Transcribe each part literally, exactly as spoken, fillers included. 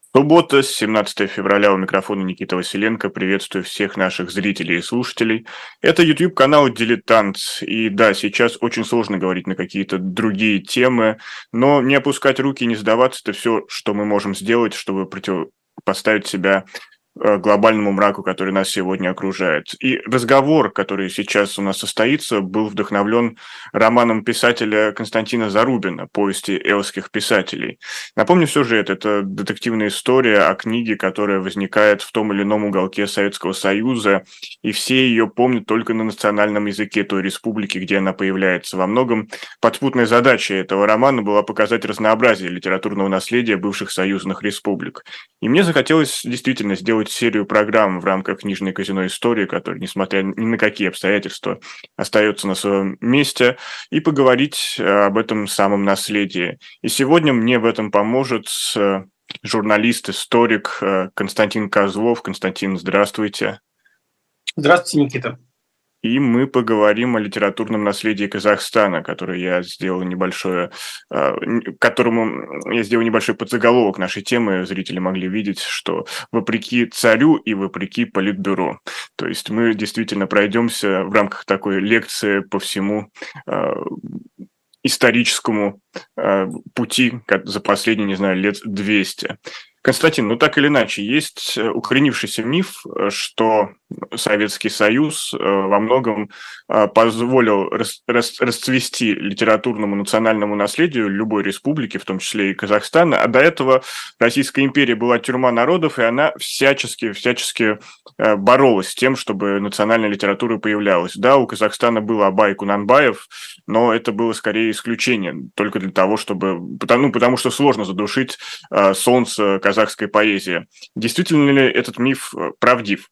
Суббота, семнадцатое февраля, у микрофона Никита Василенко. Приветствую всех наших зрителей и слушателей. Это YouTube-канал «Дилетант». И да, сейчас очень сложно говорить на какие-то другие темы, но не опускать руки и не сдаваться– это все, что мы можем сделать, чтобы противопоставить себя э, глобальному мраку, который нас сегодня окружает. И разговор, который сейчас у нас состоится, был вдохновлен романом писателя Константина Зарубина «Повести элских писателей». Напомню сюжет. Это детективная история о книге, которая возникает в том или ином уголке Советского Союза, и все ее помнят только на национальном языке той республики, где она появляется. Во многом подспутной задачей этого романа была показать разнообразие литературного наследия бывших союзных республик. И мне захотелось действительно сделать серию программ в рамках книжной казино истории, которая, несмотря ни на какие обстоятельства, остается на своем месте, и поговорить э, об этом самом наследии. И сегодня мне в этом поможет э, журналист, историк э, Константин Козлов. Константин, здравствуйте. Здравствуйте, Никита. И мы поговорим о литературном наследии Казахстана, которое я сделал небольшое, э, которому я сделал небольшой подзаголовок нашей темы. Зрители могли видеть, что вопреки царю и вопреки политбюро. То есть мы действительно пройдемся в рамках такой лекции по всему э, историческому э, пути как за последние, не знаю, лет двести. Константин, ну так или иначе, есть укоренившийся миф, что Советский Союз во многом позволил рас, рас, расцвести литературному национальному наследию любой республики, в том числе и Казахстана, а до этого Российская империя была тюрьма народов, и она всячески, всячески боролась с тем, чтобы национальная литература появлялась. Да, у Казахстана был Абай Кунанбаев, но это было скорее исключение, только для того, чтобы... Потому, ну, потому что сложно задушить э, солнце казахской поэзии. Действительно ли этот миф правдив?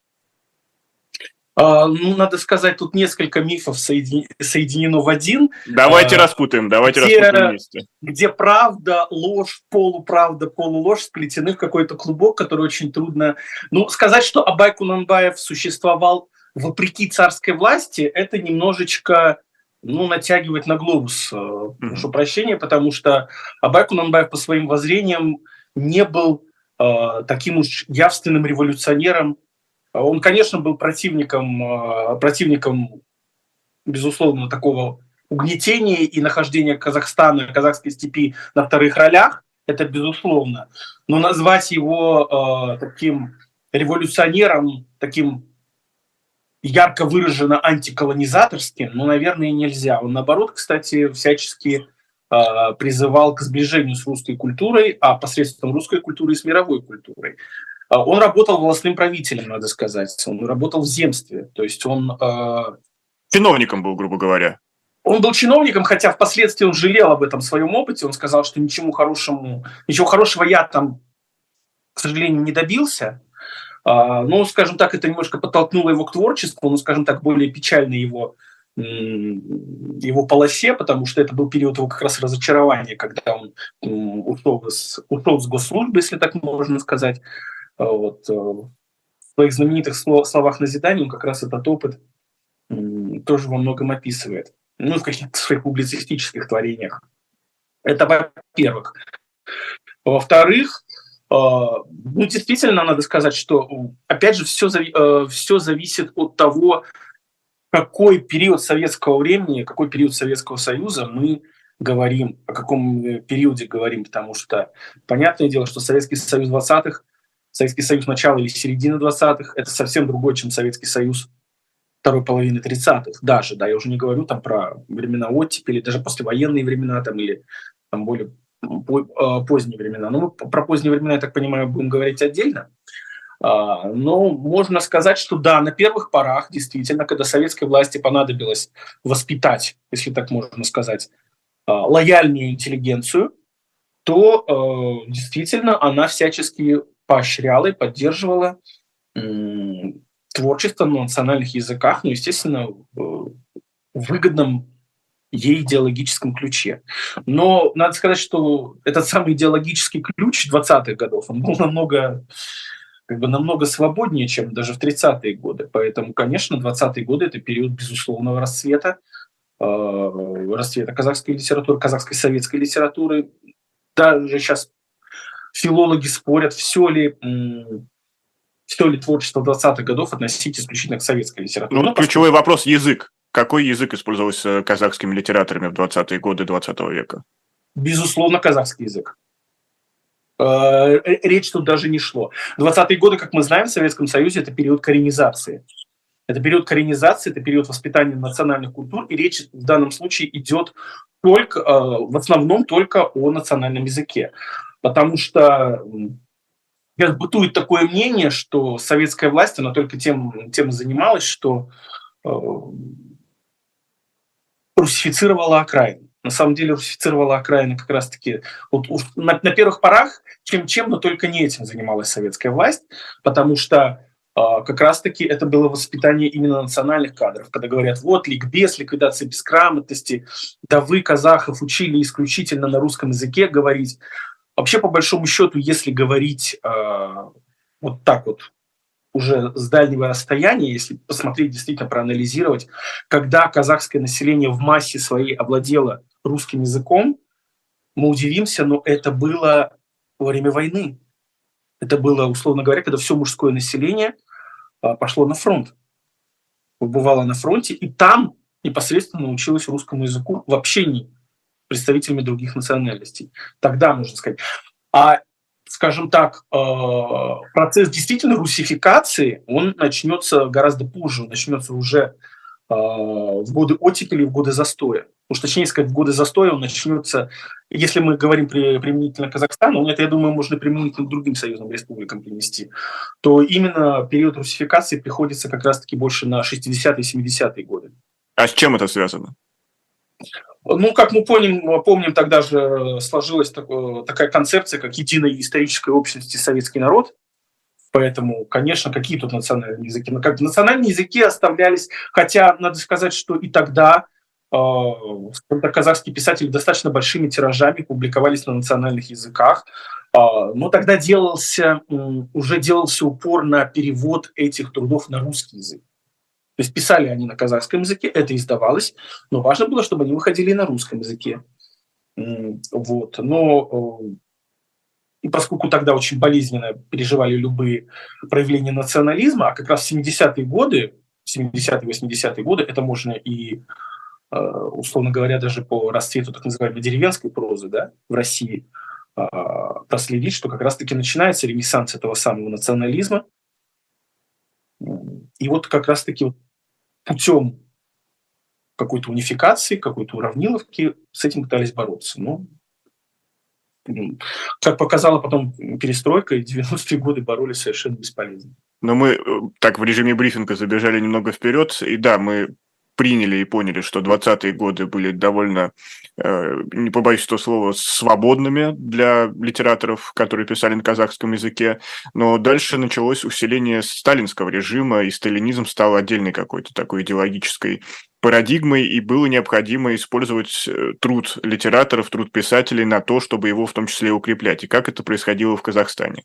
А, ну, надо сказать, тут несколько мифов соедин... соединено в один. Давайте а, распутаем, давайте где, распутаем вместе. Где правда, ложь, полуправда, полуложь сплетены в какой-то клубок, который очень трудно... Ну, сказать, что Абай Кунанбаев существовал вопреки царской власти, это немножечко... ну, натягивать на глобус, mm-hmm. прошу прощения, потому что Абай Кунанбаев по своим воззрениям не был э, таким уж явственным революционером. Он, конечно, был противником, э, противником, безусловно, такого угнетения и нахождения Казахстана, казахской степи на вторых ролях, это безусловно. Но назвать его э, таким революционером, таким ярко выраженно антиколонизаторским, ну, наверное, нельзя. Он, наоборот, кстати, всячески э, призывал к сближению с русской культурой, а посредством русской культуры и с мировой культурой. Э, он работал волостным правителем, надо сказать. Он работал в земстве. То есть он... Э, Чиновником был, грубо говоря. Он был чиновником, хотя впоследствии он жалел об этом своем опыте. Он сказал, что ничему хорошему, ничего хорошего я там, к сожалению, не добился. Ну, скажем так, это немножко подтолкнуло его к творчеству, ну, скажем так, более печальной его, его полосе, потому что это был период его как раз разочарования, когда он ушел с, ушел с госслужбы, если так можно сказать. Вот. В своих знаменитых словах назидания он как раз этот опыт тоже во многом описывает. Ну, в каких-то своих публицистических творениях. Это во-первых. Во-вторых, ну, действительно, надо сказать, что, опять же, все, все зависит от того, какой период советского времени, какой период Советского Союза мы говорим, о каком периоде говорим, потому что, понятное дело, что Советский Союз двадцатых, Советский Союз начала или середины двадцатых, это совсем другой, чем Советский Союз второй половины тридцатых, даже, да, я уже не говорю там про времена оттепели, даже послевоенные времена, там, или там более поздние времена. Ну, мы про поздние времена, я так понимаю, будем говорить отдельно. Но можно сказать, что да, на первых порах, действительно, когда советской власти понадобилось воспитать, если так можно сказать, лояльную интеллигенцию, то действительно она всячески поощряла и поддерживала творчество на национальных языках, ну, естественно, в выгодном ей идеологическом ключе. Но надо сказать, что этот самый идеологический ключ двадцатых годов, он был намного, как бы, намного свободнее, чем даже в тридцатые годы. Поэтому, конечно, двадцатые годы – это период безусловного расцвета, э, расцвета казахской литературы, казахской советской литературы. Даже сейчас филологи спорят, все ли, все ли творчество двадцатых годов относить исключительно к советской литературе. Ну, ну ключевой поскольку... вопрос – язык. Какой язык использовался казахскими литераторами в двадцатые годы двадцатого века? Безусловно, казахский язык. Речь тут даже не шло. двадцатые годы, как мы знаем, в Советском Союзе – это период коренизации. Это период коренизации, это период воспитания национальных культур, и речь в данном случае идет только, в основном только о национальном языке. Потому что бытует такое мнение, что советская власть, она только тем, тем и занималась, что э, русифицировала окраины. На самом деле русифицировала окраины как раз-таки вот, на, на первых порах чем-чем, но только не этим занималась советская власть, потому что э, как раз-таки это было воспитание именно национальных кадров, когда говорят, вот ликбез, ликвидация безграмотности, да вы, казахов, учили исключительно на русском языке говорить. Вообще, по большому счету, если говорить э, вот так вот, уже с дальнего расстояния, если посмотреть, действительно проанализировать, когда казахское население в массе своей овладело русским языком, мы удивимся, но это было во время войны. Это было, условно говоря, когда все мужское население э, пошло на фронт. Побывало на фронте, и там непосредственно научилось русскому языку в общении представителями других национальностей. Тогда, можно сказать. А, скажем так, процесс действительно русификации, он начнется гораздо позже, он начнется уже в годы оттепели, в годы застоя. Уж точнее сказать, в годы застоя он начнется, если мы говорим применительно Казахстану, это, я думаю, можно применительно к другим союзным республикам принести, то именно период русификации приходится как раз-таки больше на шестидесятые, семидесятые годы. А с чем это связано? Ну, как мы помним, помним, тогда же сложилась так, такая концепция, как единой исторической общности советский народ. Поэтому, конечно, какие тут национальные языки? Но как национальные языки оставлялись, хотя надо сказать, что и тогда э, казахские писатели достаточно большими тиражами публиковались на национальных языках. Э, но тогда делался, э, уже делался упор на перевод этих трудов на русский язык. То есть писали они на казахском языке, это издавалось, но важно было, чтобы они выходили и на русском языке. Вот. Но и поскольку тогда очень болезненно переживали любые проявления национализма, а как раз в семидесятые годы, семидесятые, восьмидесятые годы, это можно и, условно говоря, даже по расцвету так называемой деревенской прозы, да, в России проследить, что как раз-таки начинается ренессанс этого самого национализма. И вот как раз-таки путем какой-то унификации, какой-то уравниловки с этим пытались бороться. Но, как показала потом перестройка, и девяностые годы боролись совершенно бесполезно. Но мы так в режиме брифинга забежали немного вперед, и да, мы приняли и поняли, что двадцатые годы были довольно, э, не побоюсь этого слова, свободными для литераторов, которые писали на казахском языке, но дальше началось усиление сталинского режима, и сталинизм стал отдельной какой-то такой идеологической парадигмой, и было необходимо использовать труд литераторов, труд писателей на то, чтобы его в том числе укреплять. И как это происходило в Казахстане?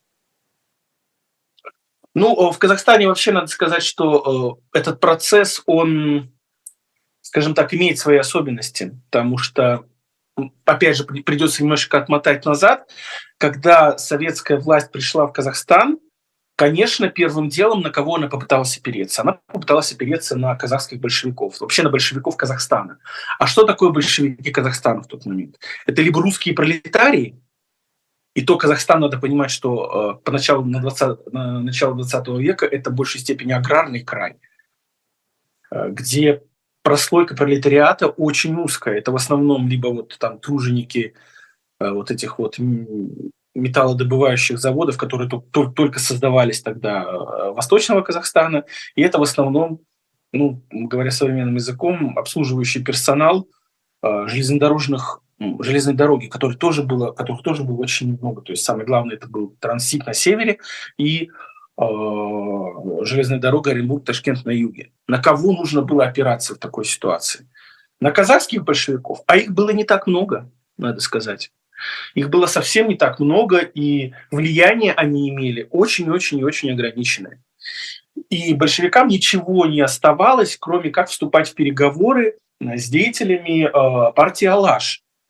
Ну, в Казахстане вообще надо сказать, что э, этот процесс, он, скажем так, имеет свои особенности, потому что, опять же, придется немножко отмотать назад. Когда советская власть пришла в Казахстан, конечно, первым делом, на кого она попыталась опереться? Она попыталась опереться на казахских большевиков, вообще на большевиков Казахстана. А что такое большевики Казахстана в тот момент? Это либо русские пролетарии, и то Казахстан, надо понимать, что э, поначалу на, двадцатом, на начало двадцатого века это в большей степени аграрный край, э, где прослойка пролетариата очень узкая. Это в основном либо вот там труженики э, вот этих вот металлодобывающих заводов, которые только создавались тогда э, Восточного Казахстана, и это в основном, ну, говоря современным языком, обслуживающий персонал э, железнодорожных железной дороги, которых тоже было, которых тоже было очень много. То есть самое главное это был транзит на севере и э, железная дорога Оренбург-Ташкент на юге. На кого нужно было опираться в такой ситуации? На казахских большевиков, а их было не так много, надо сказать. Их было совсем не так много, и влияние они имели очень-очень и очень ограниченное. И большевикам ничего не оставалось, кроме как вступать в переговоры с деятелями э, партии «Алаш».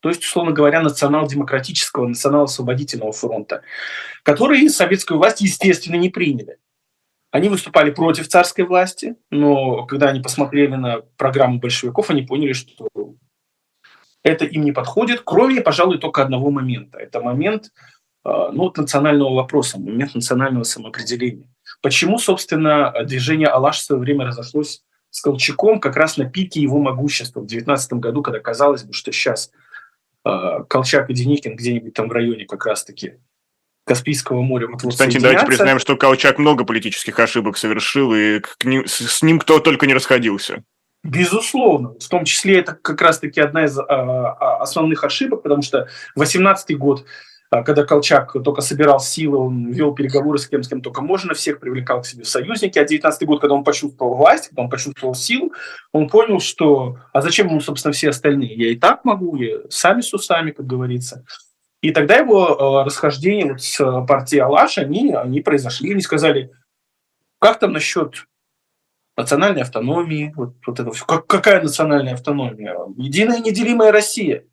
то есть, условно говоря, национал-демократического, национал-освободительного фронта, которые советскую власть, естественно, не приняли. Они выступали против царской власти, но когда они посмотрели на программу большевиков, они поняли, что это им не подходит, кроме, пожалуй, только одного момента. Это момент ну, вот национального вопроса, момент национального самоопределения. Почему, собственно, движение «Алаш» в свое время разошлось с Колчаком как раз на пике его могущества в девятнадцатом году, когда казалось бы, что сейчас э, Колчак и Деникин где-нибудь там в районе как раз-таки Каспийского моря вот Константин, давайте признаем, что Колчак много политических ошибок совершил, и к ним, с ним кто только не расходился. Безусловно. В том числе это как раз-таки одна из а, основных ошибок, потому что восемнадцатый год, когда Колчак только собирал силы, он вел переговоры с кем, с кем только можно, всех привлекал к себе в союзники, а девятнадцатый год, когда он почувствовал власть, когда он почувствовал силу, он понял, что а зачем ему, собственно, все остальные? Я и так могу, я сами с усами, как говорится. И тогда его э, расхождения вот с партией «Алаш», они, они произошли. Они сказали, как там насчет национальной автономии? Вот, вот это все. Как, какая национальная автономия? Единая неделимая Россия.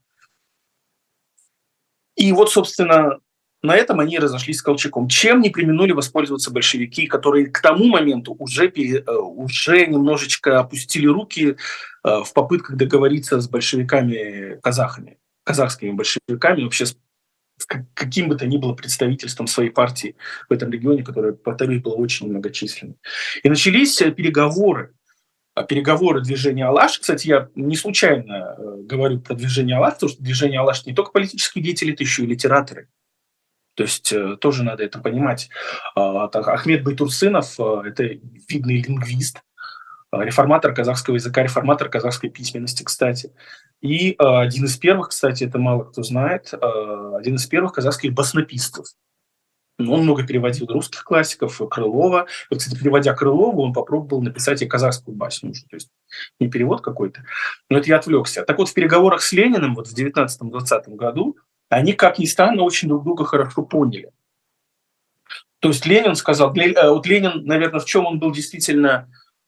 И вот, собственно, на этом они разошлись с Колчаком. Чем не преминули воспользоваться большевики, которые к тому моменту уже, пере, уже немножечко опустили руки в попытках договориться с большевиками-казахами, казахскими большевиками, вообще с каким бы то ни было представительством своей партии в этом регионе, которое, повторюсь, было очень многочисленным. И начались переговоры. Переговоры движения «Алаш». Кстати, я не случайно говорю про движение «Алаш», потому что движение «Алаш» не только политические деятели, это еще и литераторы. То есть тоже надо это понимать. Ахмед Байтурсынов – это видный лингвист, реформатор казахского языка, реформатор казахской письменности, кстати. И э, один из первых, кстати, это мало кто знает, э, один из первых казахских баснописцев. Он много переводил русских классиков, Крылова. Вот, кстати, переводя Крылова, он попробовал написать и казахскую басню уже. То есть не перевод какой-то. Но это я отвлекся. Так вот, в переговорах с Лениным вот в девятнадцатом-двадцатом году они, как ни странно, очень друг друга хорошо поняли. То есть Ленин сказал... Вот Ленин, наверное, в чем он был действительно...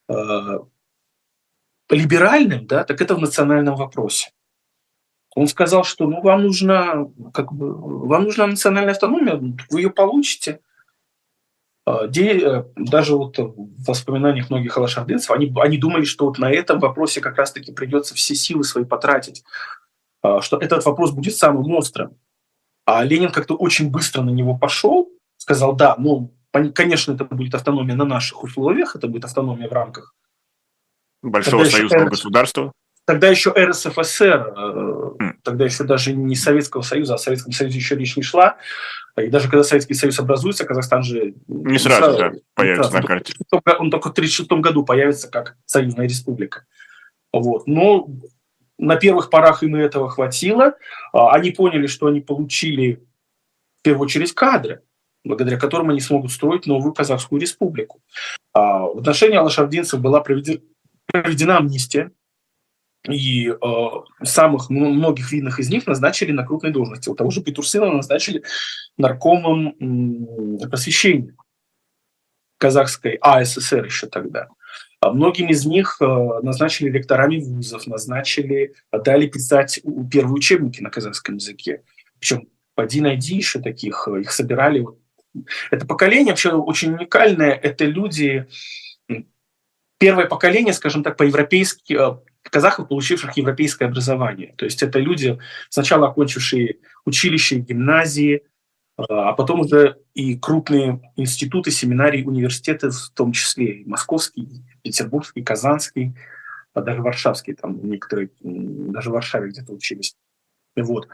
либеральным, да, так это в национальном вопросе. Он сказал, что ну, вам, нужна, как бы, вам нужна национальная автономия, вы ее получите. Даже вот в воспоминаниях многих алашардынцев они, они думали, что вот на этом вопросе как раз-таки придется все силы свои потратить, что этот вопрос будет самым острым. А Ленин как-то очень быстро на него пошел, сказал, да, ну, конечно, это будет автономия на наших условиях, это будет автономия в рамках Большого тогда союзного еще, государства? Тогда еще эр эс эф эс эр, mm. тогда еще даже не Советского Союза, а о Советском Союзе еще речь не шла. И даже когда Советский Союз образуется, Казахстан же... Не сразу, сразу да, появится сразу. на карте. Он только в тридцать шестом году появится как союзная республика. Вот. Но на первых порах им этого хватило. Они поняли, что они получили в первую очередь кадры, благодаря которым они смогут строить новую казахскую республику. В отношении алашардинцев была проведена проведена амнистия, и э, самых многих видных из них назначили на крупные должности. У того же Байтурсынова назначили наркомом м, просвещения казахской а эс эс эр еще тогда. А многим из них э, назначили ректорами вузов, назначили, дали писать первые учебники на казахском языке. Причем поди найди еще таких, их собирали. Это поколение вообще очень уникальное, это люди... Первое поколение, скажем так, по-европейски, казахов, получивших европейское образование. То есть это люди, сначала окончившие училище, гимназии, а потом уже и крупные институты, семинарии, университеты, в том числе и московский, петербургский, казанский, даже варшавский, там некоторые даже в Варшаве где-то учились. Вот.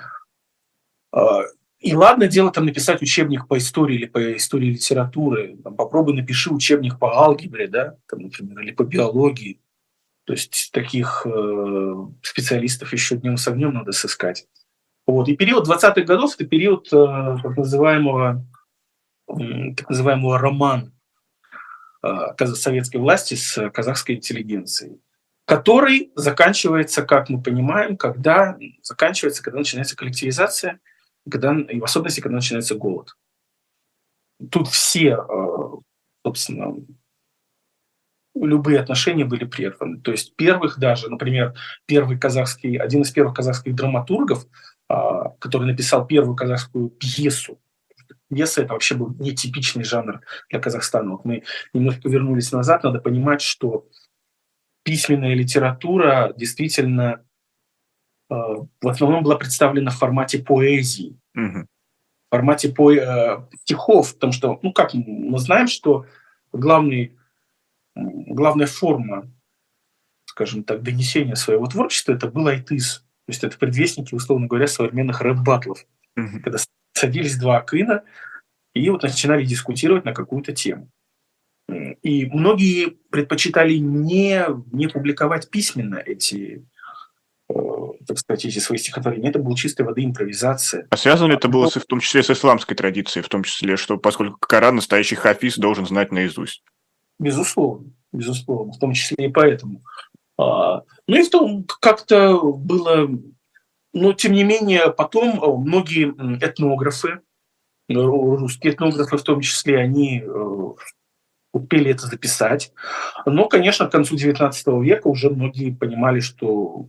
И ладно дело там написать учебник по истории или по истории литературы. Там, попробуй напиши учебник по алгебре, да, там, например, или по биологии. То есть таких э, специалистов еще днем с огнем надо сыскать. Вот. И период двадцатых годов – это период э, так называемого, э, так называемого романа э, советской власти с казахской интеллигенцией, который заканчивается, как мы понимаем, когда заканчивается, когда начинается коллективизация, когда, и в особенности, когда начинается голод. Тут все, собственно, любые отношения были прерваны. То есть первых даже, например, первый казахский, один из первых казахских драматургов, который написал первую казахскую пьесу. Пьеса – это вообще был нетипичный жанр для Казахстана. Вот мы немножко вернулись назад, надо понимать, что письменная литература действительно э, в основном была представлена в формате поэзии, Мгм. в формате по, э, стихов, потому что, ну как, мы знаем, что главный, м, главная форма, скажем так, донесения своего творчества – это был айтыс. То есть это предвестники, условно говоря, современных рэп-баттлов, Мгм. когда садились два акына и вот начинали дискутировать на какую-то тему. М, И многие предпочитали не, не публиковать письменно эти, э, так сказать, эти свои стихотворения. Это был чистой воды импровизация. А связано ли это было Но, с- в том числе с исламской традицией, в том числе, что поскольку Коран настоящий хафиз должен знать наизусть? безусловно, безусловно, в том числе и поэтому. А, Ну и в том как-то было, но тем не менее потом э, многие м, этнографы, э, русские этнографы в том числе, они э, успели это записать. Но, конечно, к концу девятнадцатого века уже многие понимали, что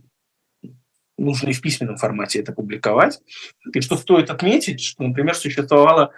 нужно и в письменном формате это публиковать. И что стоит отметить, что, например, существовало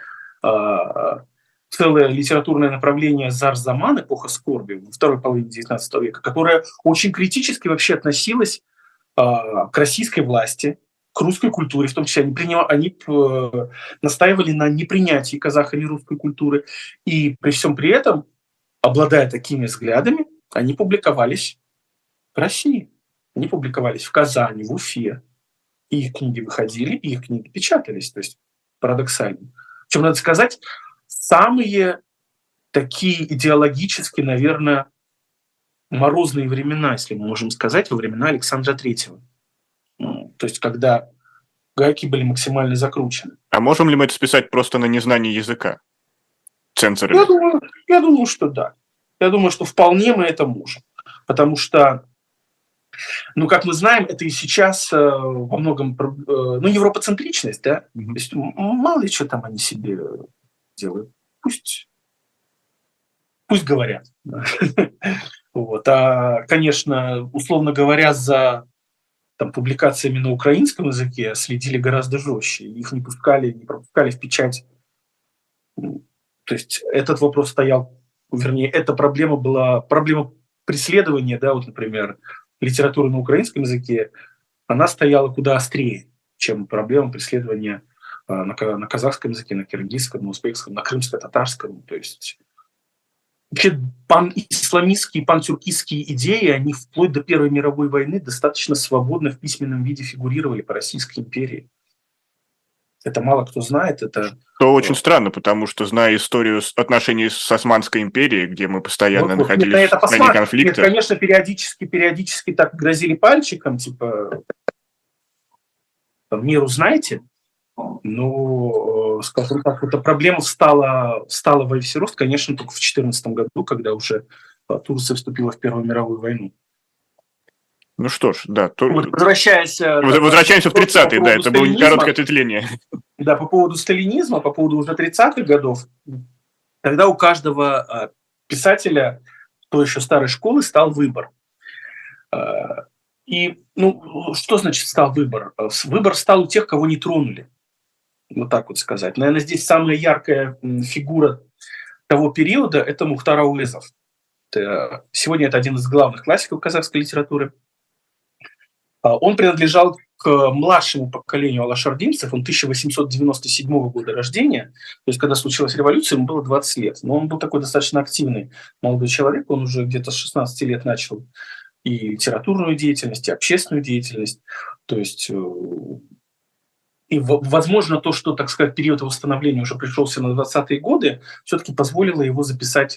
а, целое литературное направление Зар-Заман, эпоха скорби, во второй половине девятнадцатого века, которое очень критически вообще относилось а, к российской власти, к русской культуре, в том числе они, принимали, они э, настаивали на непринятии казахами русской культуры. И при всем при этом, обладая такими взглядами, они публиковались в России. Они публиковались в Казани, в Уфе. И их книги выходили, и их книги печатались. То есть парадоксально. Причем, надо сказать, самые такие идеологически, наверное, морозные времена, если мы можем сказать, во времена Александра Третьего. Ну, то есть когда гайки были максимально закручены. А можем ли мы это списать просто на незнание языка Я цензорами? думаю, я думаю, что да. Я думаю, что вполне мы это можем. Потому что, ну, как мы знаем, это и сейчас э, во многом, про- э, ну, европоцентричность, да? То Мгм. есть м- мало ли что там они себе делают. Пусть, пусть говорят. Да. Вот. А, конечно, условно говоря, за там, публикациями на украинском языке следили гораздо жестче. Их не пускали, не пропускали в печать. М, То есть этот вопрос стоял, вернее, эта проблема была, проблема преследования, да, вот, например, литературы на украинском языке, она стояла куда острее, чем проблема преследования а, на, ка- на казахском языке, на киргизском, на узбекском, на крымско-татарском. То есть вообще пан-исламистские, пан-тюркистские идеи, они вплоть до Первой мировой войны достаточно свободно в письменном виде фигурировали по Российской империи. Это мало кто знает, это То очень э, странно, потому что, зная историю с- отношений с Османской империей, где мы постоянно вот, вот. Нет, на находились в это состоянии посмотрим. Нет, конфликта, конечно, периодически, периодически так грозили пальчиком, типа, там, миру знаете, но, э, скажем так, эта проблема встала, встала во весь рост, конечно, только в две тысячи четырнадцатом году, когда уже э, Турция вступила в Первую мировую войну. ну что ж, да, то- Вот, возвращаясь э, воз- да, к вашему возвращаемся в вопросу по тридцатые, да, поводу это было короткое сталинизма, ответвление. да, по поводу сталинизма, по поводу уже тридцатых годов, тогда у каждого э, писателя той еще старой школы стал выбор. Э, И, ну, что значит стал выбор? Э, с- Выбор стал у тех, кого не тронули, вот так вот сказать. Наверное, здесь самая яркая м, фигура того периода – это Мухтар Ауэзов. Это- Сегодня это один из главных классиков казахской литературы. А, Он принадлежал к младшему поколению алашардинцев, он тысяча восемьсот девяносто седьмого года рождения, то есть когда случилась революция, ему было двадцать лет. Но он был такой достаточно активный молодой человек, он уже где-то с шестнадцати лет начал и литературную деятельность, и общественную деятельность. То есть, э, и, возможно, то, что, так сказать, период его становления уже пришелся на двадцатые годы, все-таки позволило его записать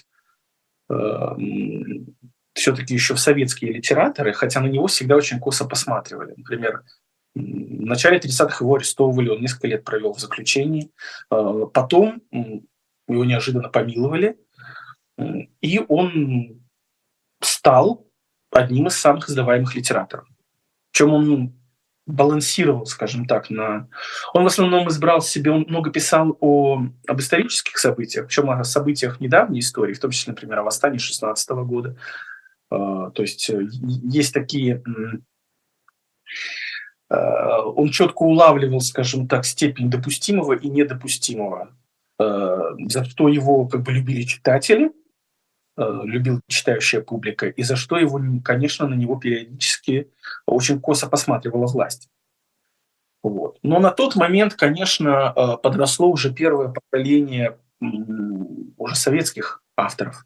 все-таки еще в советские литераторы, хотя на него всегда очень косо посматривали. Например, в начале тридцатых его арестовывали, он несколько лет провел в заключении. Э, Потом его неожиданно помиловали, и он стал одним из самых издаваемых литераторов. Причем он балансировал, скажем так, на... Он в основном избрал себе, он много писал о, об исторических событиях, причем о событиях недавней истории, в том числе, например, о восстании шестнадцатого года. То есть есть такие Он четко улавливал, скажем так, степень допустимого и недопустимого, за что его как бы любили читатели, любила читающая публика, и за что его, конечно, на него периодически очень косо посматривала власть. Вот. Но на тот момент, конечно, подросло уже первое поколение уже советских авторов.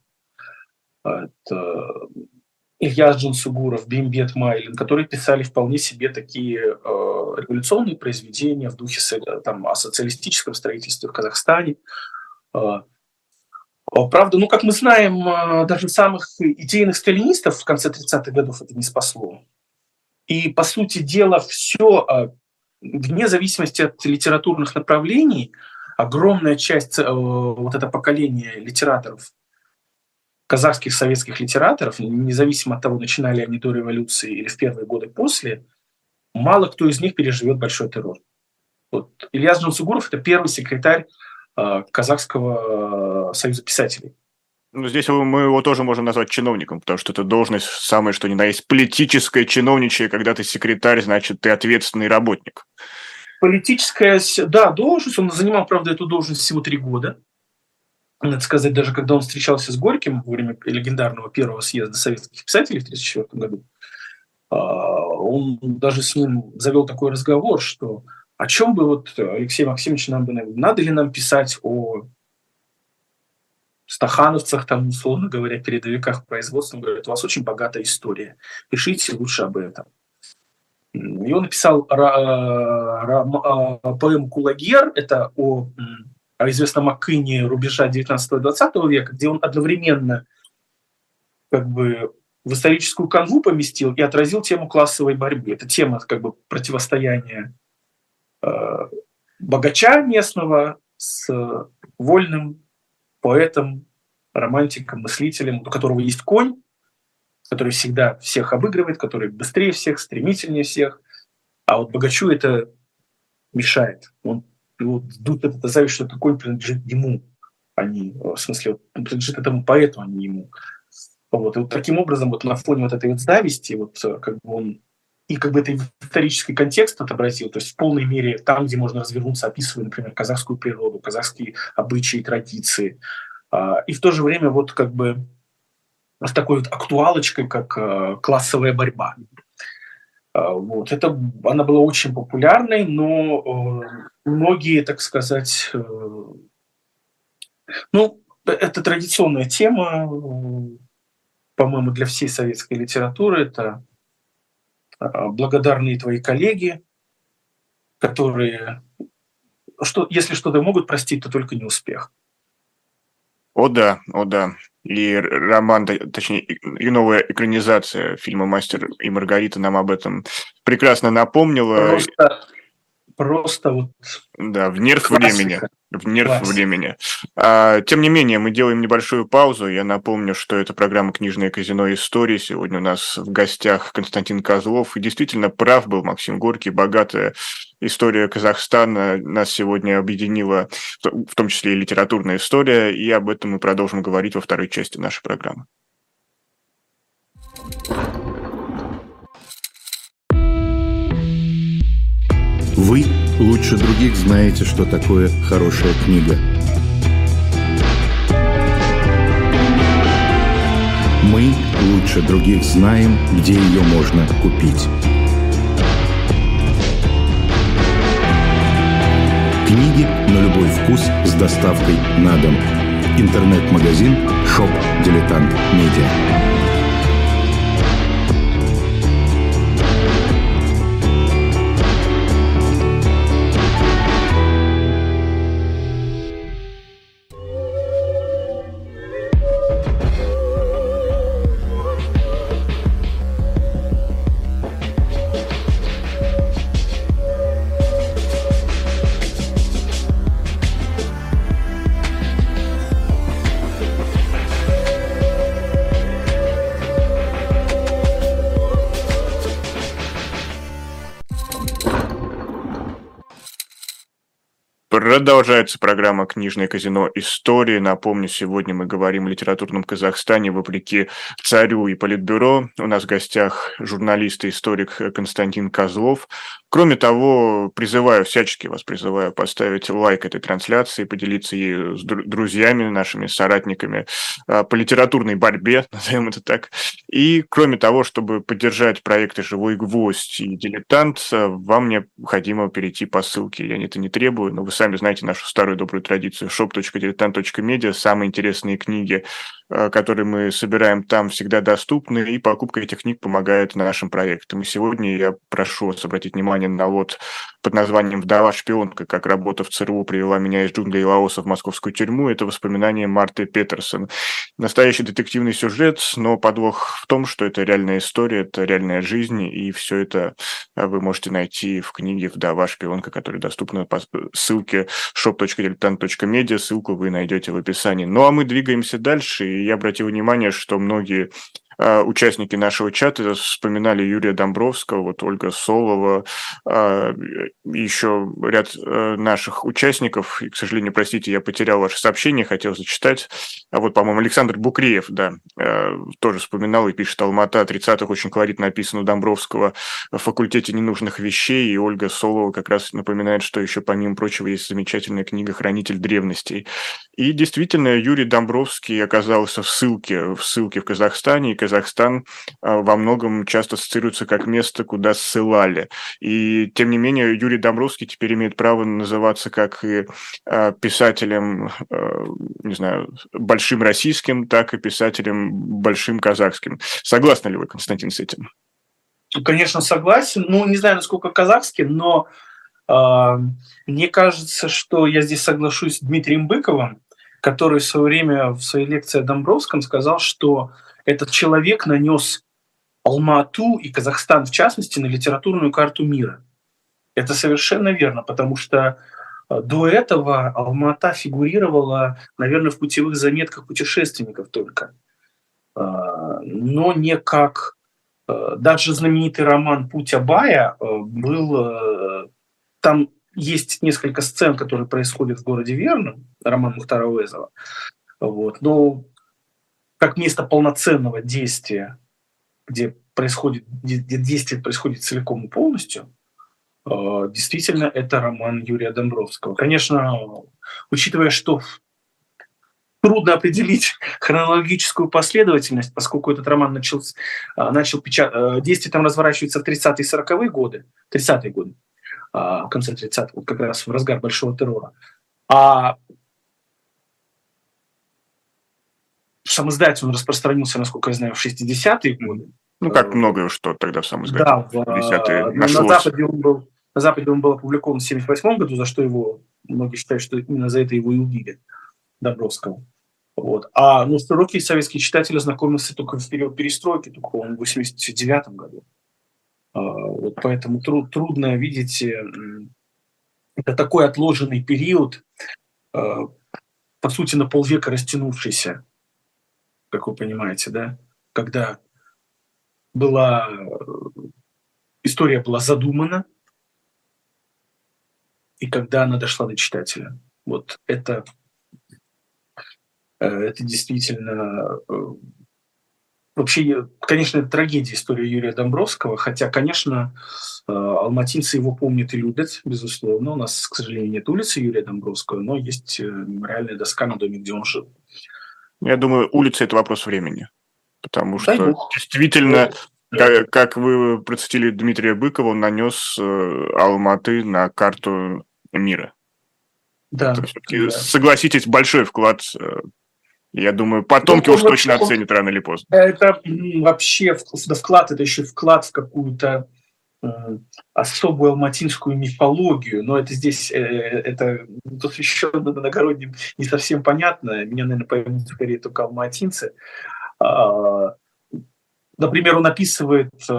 Это Ильяс Джансугуров, Беймбет Майлин, которые писали вполне себе такие э, революционные произведения в духе там, о социалистическом строительстве в Казахстане. Э, правда, ну, как мы знаем, э, даже самых идейных сталинистов в конце тридцатых годов это не спасло. И, по сути дела, все, э, вне зависимости от литературных направлений, огромная часть, э, вот это поколение литераторов, казахских советских литераторов, независимо от того, начинали они до революции или в первые годы после, мало кто из них переживет большой террор. Вот. Ильяс Джансугуров – это первый секретарь э, Казахского союза писателей. Ну, здесь мы его тоже можем назвать чиновником, потому что это должность самая, что ни на есть, политическая, чиновничья. Когда ты секретарь, значит, ты ответственный работник. Политическая, да, должность. Он занимал, правда, эту должность всего три года. Надо сказать, даже когда он встречался с Горьким во время легендарного первого съезда советских писателей в тысяча девятьсот тридцать четвёртом году, он даже с ним завел такой разговор, что о чем бы вот, Алексей Максимович, нам бы, надо ли нам писать о стахановцах, там, условно говоря, передовиках производства. Он говорит, у вас очень богатая история, пишите лучше об этом. И он написал поэму «Кулагер», это о... о известном Акыне рубежа девятнадцатого-двадцатого века, где он одновременно как бы в историческую канву поместил и отразил тему классовой борьбы. Это тема как бы противостояния э, богача местного с вольным поэтом, романтиком, мыслителем, у которого есть конь, который всегда всех обыгрывает, который быстрее всех, стремительнее всех, а вот богачу это мешает. Он Вот, это зависит, что такой принадлежит ему, а не, в смысле, он принадлежит этому поэту, а не ему. Вот. И вот таким образом, вот на фоне вот этой вот зависти, вот как бы он и как бы это исторический контекст отобразил, то есть в полной мере там, где можно развернуться, описывая, например, казахскую природу, казахские обычаи, традиции, и в то же время вот как бы с такой вот актуалочкой, как классовая борьба. Вот. Это, она была очень популярной, но э, многие, так сказать, э, ну, это традиционная тема, э, по-моему, для всей советской литературы. Это э, благодарные твои коллеги, которые, что, если что-то могут простить, то только не успех. О да, о да. И роман, точнее, и новая экранизация фильма «Мастер и Маргарита» нам об этом прекрасно напомнила. Просто, просто вот... Да, в нерв классика. времени. В нерв Классика. времени. А, тем не менее, мы делаем небольшую паузу. Я напомню, что это программа «Книжное казино. Истории». Сегодня у нас в гостях Константин Козлов. И действительно прав был Максим Горький. Богатая история Казахстана нас сегодня объединила, в том числе и литературная история. И об этом мы продолжим говорить во второй части нашей программы. Вы лучше других знаете, что такое хорошая книга. Мы лучше других знаем, где ее можно купить. Книги на любой вкус с доставкой на дом. Интернет-магазин Shop Дилетант Медиа. Продолжается программа «Книжное казино. Истории». Напомню, сегодня мы говорим о литературном Казахстане вопреки царю и политбюро. У нас в гостях журналист и историк Константин Козлов. Кроме того, призываю, всячески вас призываю поставить лайк этой трансляции, поделиться ею с друзьями, нашими соратниками по литературной борьбе, назовем это так. И кроме того, чтобы поддержать проекты «Живой гвоздь» и «Дилетант», вам необходимо перейти по ссылке. Я это не требую, но вы сами знаете нашу старую добрую традицию шоп точка дилетант точка медиа. Самые интересные книги, которые мы собираем там, всегда доступны, и покупка этих книг помогает нашим проектам. И сегодня я прошу вас обратить внимание на лот под названием «Вдова-шпионка. Как работа в ЦРУ привела меня из джунглей Лаоса в московскую тюрьму». Это воспоминания Марты Петерсон. Настоящий детективный сюжет, но подвох в том, что это реальная история, это реальная жизнь, и все это вы можете найти в книге «Вдова-шпионка», которая доступна по ссылке шоп точка дилетант точка медиа. Ссылку вы найдете в описании. Ну а мы двигаемся дальше, и я обратил внимание, что многие участники нашего чата вспоминали Юрия Домбровского, вот Ольга Солова, еще ряд наших участников. И, к сожалению, простите, я потерял ваше сообщение, хотел зачитать. А вот, по-моему, Александр Букреев, да, тоже вспоминал и пишет: «Алмата тридцатых очень колоритно написано у Домбровского в факультете ненужных вещей». И Ольга Солова как раз напоминает, что еще, помимо прочего, есть замечательная книга «Хранитель древностей». И действительно, Юрий Домбровский оказался в ссылке, в ссылке в Казахстане, и Казахстан во многом часто ассоциируется как место, куда ссылали. И, тем не менее, Юрий Домбровский теперь имеет право называться как и писателем, не знаю, большим российским, так и писателем большим казахским. Согласны ли вы, Константин, с этим? Конечно, согласен. Ну, не знаю, насколько казахским, но э, мне кажется, что я здесь соглашусь с Дмитрием Быковым, который в свое время в своей лекции о Домбровском сказал, что этот человек нанес Алма-Ату и Казахстан, в частности, на литературную карту мира. Это совершенно верно, потому что до этого Алма-Ата фигурировала, наверное, в путевых заметках путешественников только, но не как... Даже знаменитый роман «Путь Абая» был... Там есть несколько сцен, которые происходят в городе Верном, роман Мухтара Ауэзова, вот, но как место полноценного действия, где происходит, где действие происходит целиком и полностью, действительно, это роман Юрия Домбровского. Конечно, учитывая, что трудно определить хронологическую последовательность, поскольку этот роман начал, начал печатать, действие там разворачивается в тридцатые и сороковые годы, тридцатые годы, в конце тридцатых, вот как раз в разгар Большого террора. А сам издатель он распространился, насколько я знаю, в шестидесятые годы. Ну, как многое что тогда в самом издателе. Да, в шестидесятые на Западе он был, на Западе он был опубликован в семьдесят восьмом году, за что его, многие считают, что именно за это его и убили, Домбровского. Вот. А ну, широкие советские читатели ознакомился только в период перестройки, только в восемьдесят девятом году. Вот поэтому тру- трудно, видите, это такой отложенный период, по сути, на полвека растянувшийся, как вы понимаете, да, когда была, история была задумана, и когда она дошла до читателя. Вот это, это действительно... Вообще, конечно, это трагедия истории Юрия Домбровского, хотя, конечно, алматинцы его помнят и любят, безусловно. У нас, к сожалению, нет улицы Юрия Домбровского, но есть мемориальная доска на доме, где он жил. Я думаю, улица – это вопрос времени, потому Дай что Бог. действительно, как, как вы процитили Дмитрия Быкова, он нанес Алматы на карту мира. Да, То есть, да. Согласитесь, большой вклад. Я думаю, потомки Ну, уж вот точно он- оценят рано или поздно. Это м, вообще в- да, вклад, это еще вклад в какую-то э, особую алматинскую мифологию, но это здесь, э, это тут еще на иногороднем не совсем понятно, меня, наверное, поймут скорее только алматинцы. А, Например, он описывает э,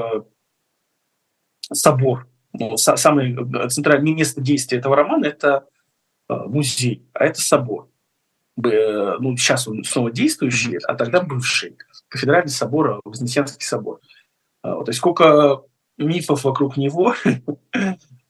собор. Ну, са- самое э, центральное место действия этого романа – это э, музей, а это собор. Б- ну, сейчас он снова действующий, а тогда бывший. Кафедральный собор, Вознесенский собор. А, вот, то есть сколько мифов вокруг него,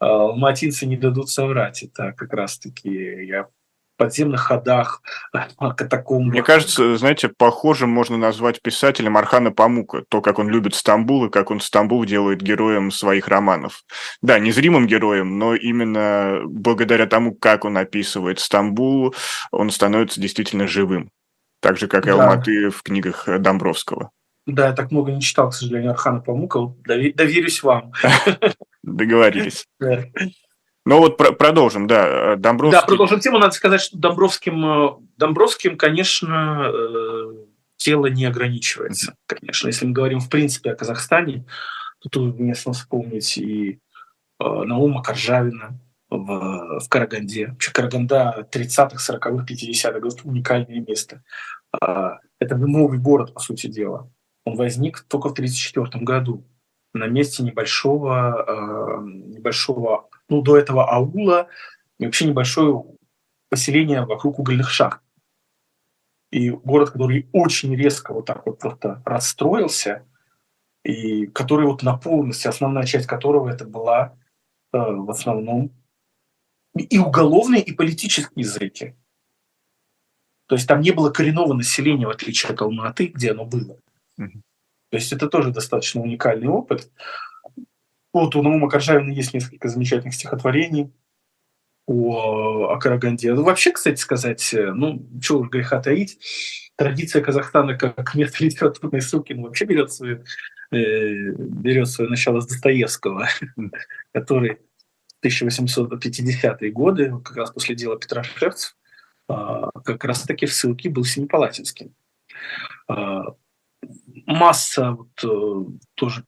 алматинцы не дадут соврать. Это как раз-таки я в подземных ходах, катакомбах. Мне кажется, знаете, похожим можно назвать писателем Орхана Памука. То, как он любит Стамбул и как он Стамбул делает героем своих романов. Да, незримым героем, но именно благодаря тому, как он описывает Стамбул, он становится действительно живым. Так же, как и Да. Алматы в книгах Домбровского. Да, я так много не читал, к сожалению, Орхана Памука. Вот дове- Доверюсь вам. Договорились. Да. Ну вот про- продолжим, да. Домбровский... Да, продолжим тему. Надо сказать, что Домбровским, э, Домбровским, конечно, э, дело не ограничивается. Конечно, если мы говорим в принципе о Казахстане, то тут уместно вспомнить и э, Наума Коржавина в, в Караганде. Вообще Караганда тридцатых, сороковых, пятидесятых годов — уникальное место. А, это новый город, по сути дела. Он возник только в тридцать четвёртом году на месте небольшого, э, небольшого, ну, до этого аула, и вообще небольшое поселение вокруг угольных шахт. И город, который очень резко вот так вот просто расстроился, и который вот наполнился, основная часть которого это была э, в основном и уголовные, и политические зэки. То есть там не было коренного населения, в отличие от Алматы, где оно было. Мгм. То есть это тоже достаточно уникальный опыт. Вот у Наума Коржавина есть несколько замечательных стихотворений о, о Караганде. Ну, вообще, кстати сказать, э, ну, чего уж греха таить, традиция Казахстана как место литературной ссылки, ну, вообще берет свое, э, берет свое начало с Достоевского, который в тысяча восемьсот пятидесятые годы, как раз после дела Петра Шевцев, а, как раз-таки в ссылке был Семипалатинским. А, Масса вот, э, тоже.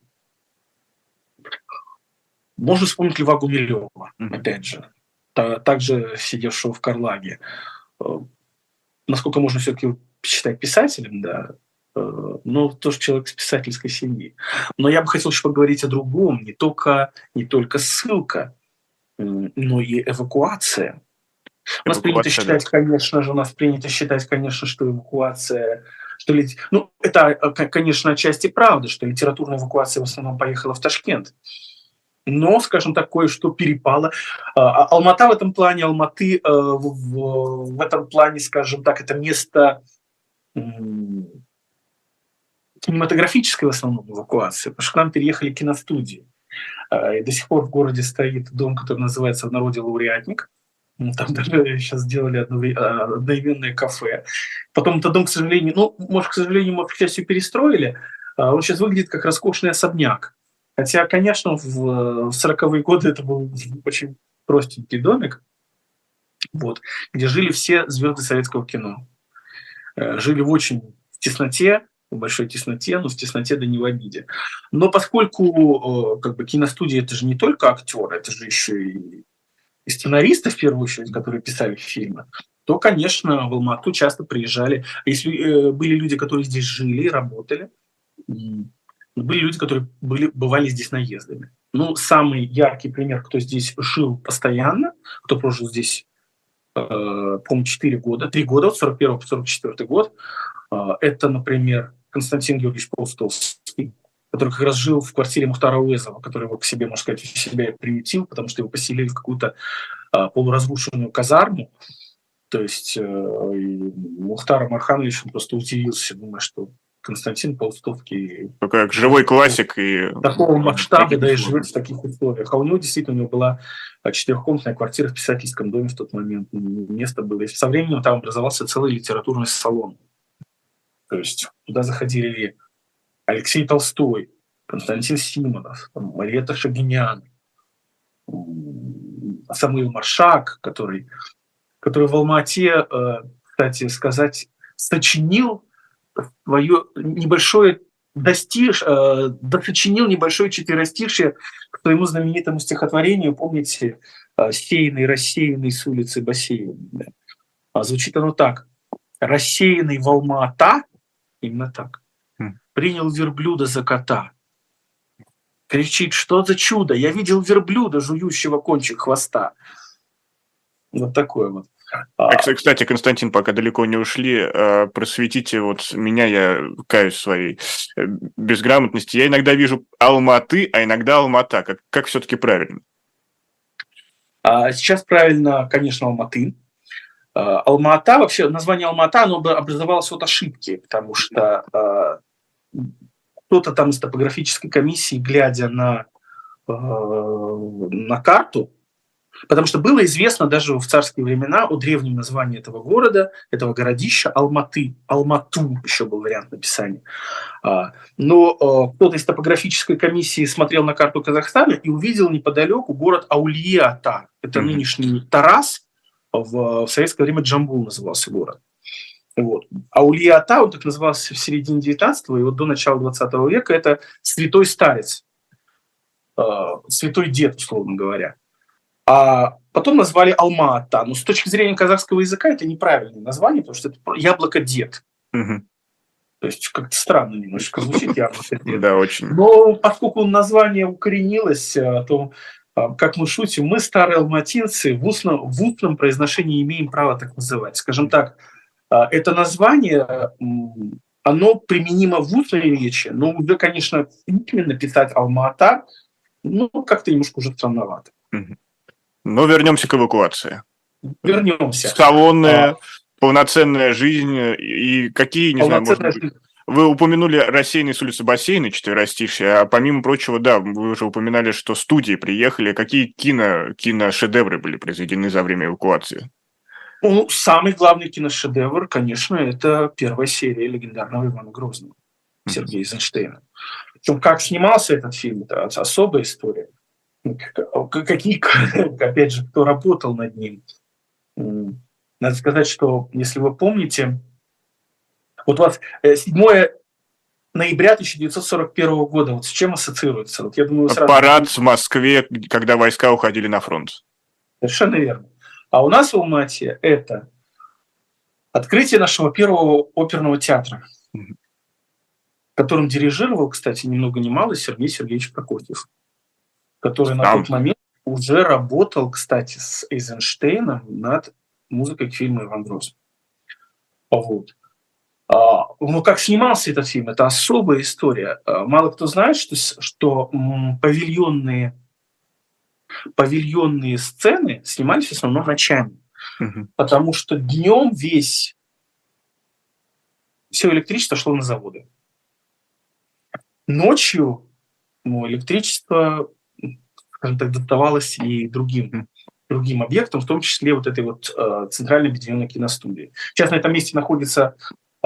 Можно вспомнить Льва Гумилева, Мгм. опять же, та- также сидевшего в Карлаге. Э, Насколько можно все-таки считать писателем, да, э, но тоже человек с писательской семьи. Но я бы хотел еще поговорить о другом, не только, не только ссылка, м, но и эвакуация. У нас принято Эвакуация, да. считать, конечно же, у нас принято считать, конечно, что эвакуация, что лит- ну, это, э, к- конечно, отчасти правда, что литературная эвакуация в основном поехала в Ташкент. Но, скажем так, кое-что перепало. А, а Алмата в этом плане, Алматы э, в, в- в этом плане, скажем так, это место м, кинематографической в основном эвакуации, потому что к нам переехали киностудии. А, И до сих пор в городе стоит дом, который называется в народе «Лауреатник». М, Там даже сейчас сделали одновре- а, одноименное кафе. Потом этот дом, к сожалению, ну, может, к сожалению, может, к счастью, перестроили. А Он сейчас выглядит как роскошный особняк. Хотя, конечно, в в сороковые годы это был очень простенький домик, вот, где жили все звезды советского кино. Э, Жили в очень в тесноте, в большой тесноте, но в тесноте да не в обиде. Но поскольку э, как бы киностудия — это же не только актеры, это же еще и, и сценаристы, в первую очередь, которые писали фильмы, то, конечно, в Алмату часто приезжали. Если э, были люди, которые здесь жили, работали, м, были люди, которые были, бывали здесь наездами. Ну, самый яркий пример, кто здесь жил постоянно, кто прожил здесь, э, по-моему, четыре года, три года, от сорок первого по сорок четвёртый год, э, это, например, Константин Георгиевич Паустовский, который как раз жил в квартире Мухтара Уэзова, который его к себе, можно сказать, у себя приютил, потому что его поселили в какую-то э, полуразрушенную казарму. То есть э, и Мухтар Марханович он просто удивился, думая, что Константин Паустовский Только как живой классик и... такого масштаба, таких да, и условиях. живет в таких условиях. А у него действительно у него была а, четырехкомнатная квартира в писательском доме в тот момент. М, Место было. И со временем там образовался целый литературный салон. То есть туда заходили Алексей Толстой, Константин Симонов, там, Мариэтта Шагинян, м, Самуил Маршак, который, который в Алма-Ате, э, кстати сказать, сочинил свое небольшое достиж, э, досочинил небольшое четверостишее к своему знаменитому стихотворению, помните, э, «Сеянный, рассеянный с улицы бассейн». Да. А звучит оно так: «Рассеянный в Алма-Ата», именно так, Хм. «принял верблюда за кота». Кричит: «Что за чудо? Я видел верблюда, жующего кончик хвоста». Вот такое вот. А, кс- Кстати, Константин, пока далеко не ушли, э, просветите вот меня, я каюсь в своей э, безграмотности. Я иногда вижу Алматы, а иногда Алмата. Как, как все-таки правильно? А сейчас правильно, конечно, Алматы. Алма-Ата, вообще название Алма-Ата, оно образовалось от ошибки, потому что э, кто-то там из топографической комиссии, глядя на, э, на карту, потому что было известно даже в царские времена о древнем названии этого города, этого городища Алматы, Алмату еще был вариант написания. Но э, кто-то из топографической комиссии смотрел на карту Казахстана и увидел неподалеку город Аулия-Ата, это mm-hmm. нынешний Тарас. В, в советское время Джамбул назывался город. Вот. А Аулия-Ата, он так назывался в середине девятнадцатого, и вот до начала двадцатого века это святой старец, э, святой дед, условно говоря. А потом назвали Алма-Ата. Но с точки зрения казахского языка это неправильное название, потому что это яблоко-дед. Угу. То есть как-то странно немножко звучит яблоко-дед. Да, очень. Но поскольку название укоренилось, то... Как мы шутим, мы, старые алматинцы, в устном, в устном произношении имеем право так называть. Скажем так, это название, оно применимо в устной речи, но уже, конечно, именно писать Алма-Ата, ну, как-то немножко уже странновато. Но вернемся к эвакуации. Вернемся. Салонная, а... полноценная жизнь и какие, не знаю, может быть... Вы упомянули рассеянные с улицы бассейны, четверостишие, а помимо прочего, да, вы уже упоминали, что студии приехали. Какие кино, киношедевры были произведены за время эвакуации? Ну, самый главный киношедевр, конечно, это первая серия легендарного Ивана Грозного, mm-hmm. Сергея Эйзенштейна. Причем как снимался этот фильм, это особая история. Какие, опять же, кто работал над ним. Надо сказать, что, если вы помните... Вот у вас седьмое ноября тысяча девятьсот сорок первого года, вот с чем ассоциируется? Вот я думаю, сразу... Парад в Москве, когда войска уходили на фронт. Совершенно верно. А у нас в Алма-Ате это открытие нашего первого оперного театра, mm-hmm. которым дирижировал, кстати, ни много ни мало Сергей Сергеевич Прокофьев, который Там. на тот момент уже работал, кстати, с Эйзенштейном над музыкой к фильму «Иван Грозный». Вот. Ну, как снимался этот фильм, это особая история. Мало кто знает, что, что м, павильонные, павильонные сцены снимались в основном ночами. Mm-hmm. Потому что днем весь все электричество шло на заводы. Ночью ну, электричество, скажем так, доставалось и другим, mm-hmm. другим объектам, в том числе вот этой вот э, центральной объединенной киностудии. Сейчас на этом месте находится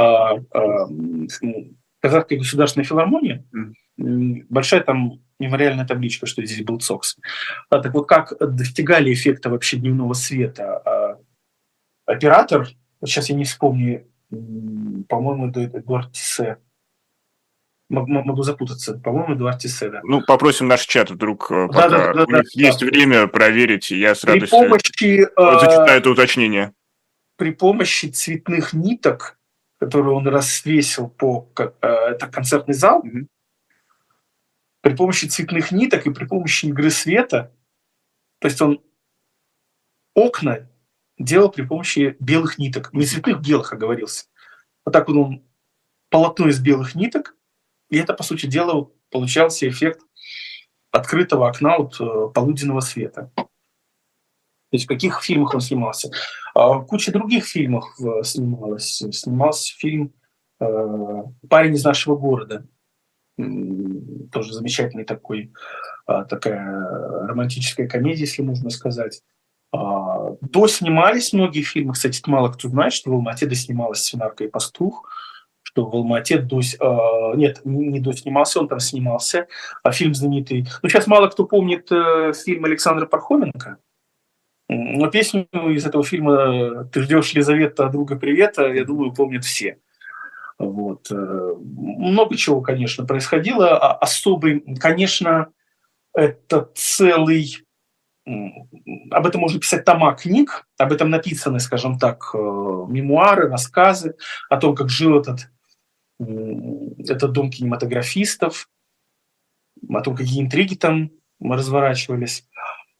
Казахская государственная филармония, mm. большая там мемориальная табличка, что здесь был ЦОКС. А, так вот, как достигали эффекта вообще дневного света а, оператор, вот сейчас я не вспомню, по-моему, Эдуард Тиссе, могу запутаться, по-моему, Эдуард Тиссе, да. Ну, попросим наш чат вдруг, да, пока да, да, у да, них да, есть да. время проверить, и я с радостью при помощи, зачитаю это уточнение. При помощи цветных ниток, которую он развесил по это концертный зал, mm-hmm. при помощи цветных ниток и при помощи игры света, то есть он окна делал при помощи белых ниток, не цветных, белых, оговорился. Вот так вот он полотно из белых ниток, и это, по сути дела, получался эффект открытого окна от полуденного света. То есть в каких фильмах он снимался? А, куча других фильмов снималась. Снимался фильм «Парень из нашего города». Тоже замечательный такой, такая романтическая комедия, если можно сказать. Доснимались многие фильмы. Кстати, мало кто знает, что в Алма-Ате доснималась «Свинарка и пастух», что в Алма-Ате дос... нет, не доснимался, он там снимался. А фильм знаменитый... Ну, сейчас мало кто помнит фильм Александра Пархоменко. Но песню из этого фильма «Ты ждешь, Лизавета, друга привета», я думаю, помнят все. Вот. Много чего, конечно, происходило. Особый, конечно, это целый... Об этом можно писать тома книг, об этом написаны, скажем так, мемуары, рассказы о том, как жил этот, этот дом кинематографистов, о том, какие интриги там разворачивались.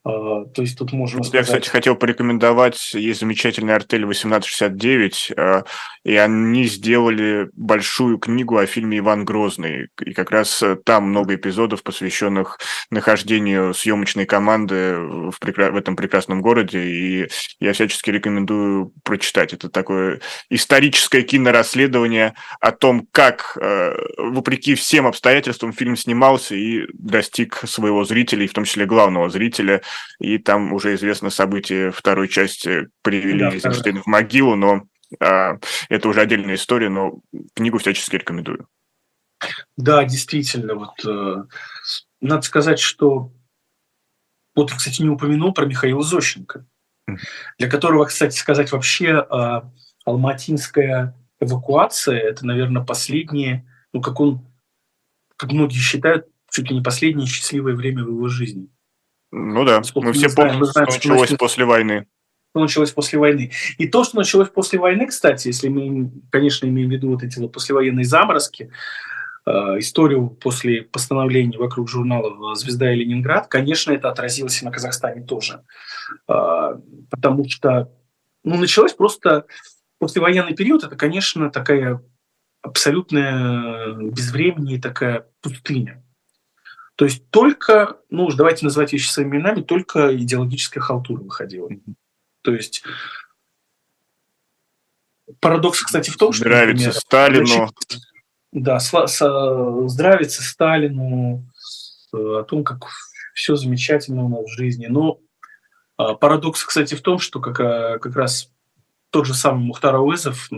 То есть тут можно сказать... Я, кстати, хотел порекомендовать, есть замечательный артель восемнадцать шестьдесят девять, и они сделали большую книгу о фильме «Иван Грозный», и как раз там много эпизодов, посвященных нахождению съемочной команды в, прекра... в этом прекрасном городе, и я всячески рекомендую прочитать. Это такое историческое кинорасследование о том, как, вопреки всем обстоятельствам, фильм снимался и достиг своего зрителя, в том числе главного зрителя. И там уже известно события второй части привели да, Эйзенштейна в могилу, но а, это уже отдельная история, но книгу всячески рекомендую. Да, действительно. Вот, э, надо сказать, что... Вот, кстати, не упомянул про Михаила Зощенко, mm. для которого, кстати сказать, вообще э, алматинская эвакуация – это, наверное, последнее, ну, как он, как многие считают, чуть ли не последнее счастливое время в его жизни. Ну да, Насколько мы все знаем, помним, мы знаем, что началось что после войны. Что началось после войны. И то, что началось после войны, кстати, если мы, конечно, имеем в виду вот эти вот послевоенные заморозки, э, историю после постановлений вокруг журналов «Звезда» и «Ленинград», конечно, это отразилось и на Казахстане тоже. Э, потому что ну, началось просто послевоенный период, это, конечно, такая абсолютная безвременье, такая пустыня. То есть только, ну уж давайте называть вещи своими именами, только идеологическая халтура выходила. Mm-hmm. То есть парадокс, кстати, в том, что... Нравится Сталину. Значит, да, здравится Сталину, о том, как все замечательно у нас в жизни. Но парадокс, кстати, в том, что как, как раз тот же самый Мухтар Ауэзов,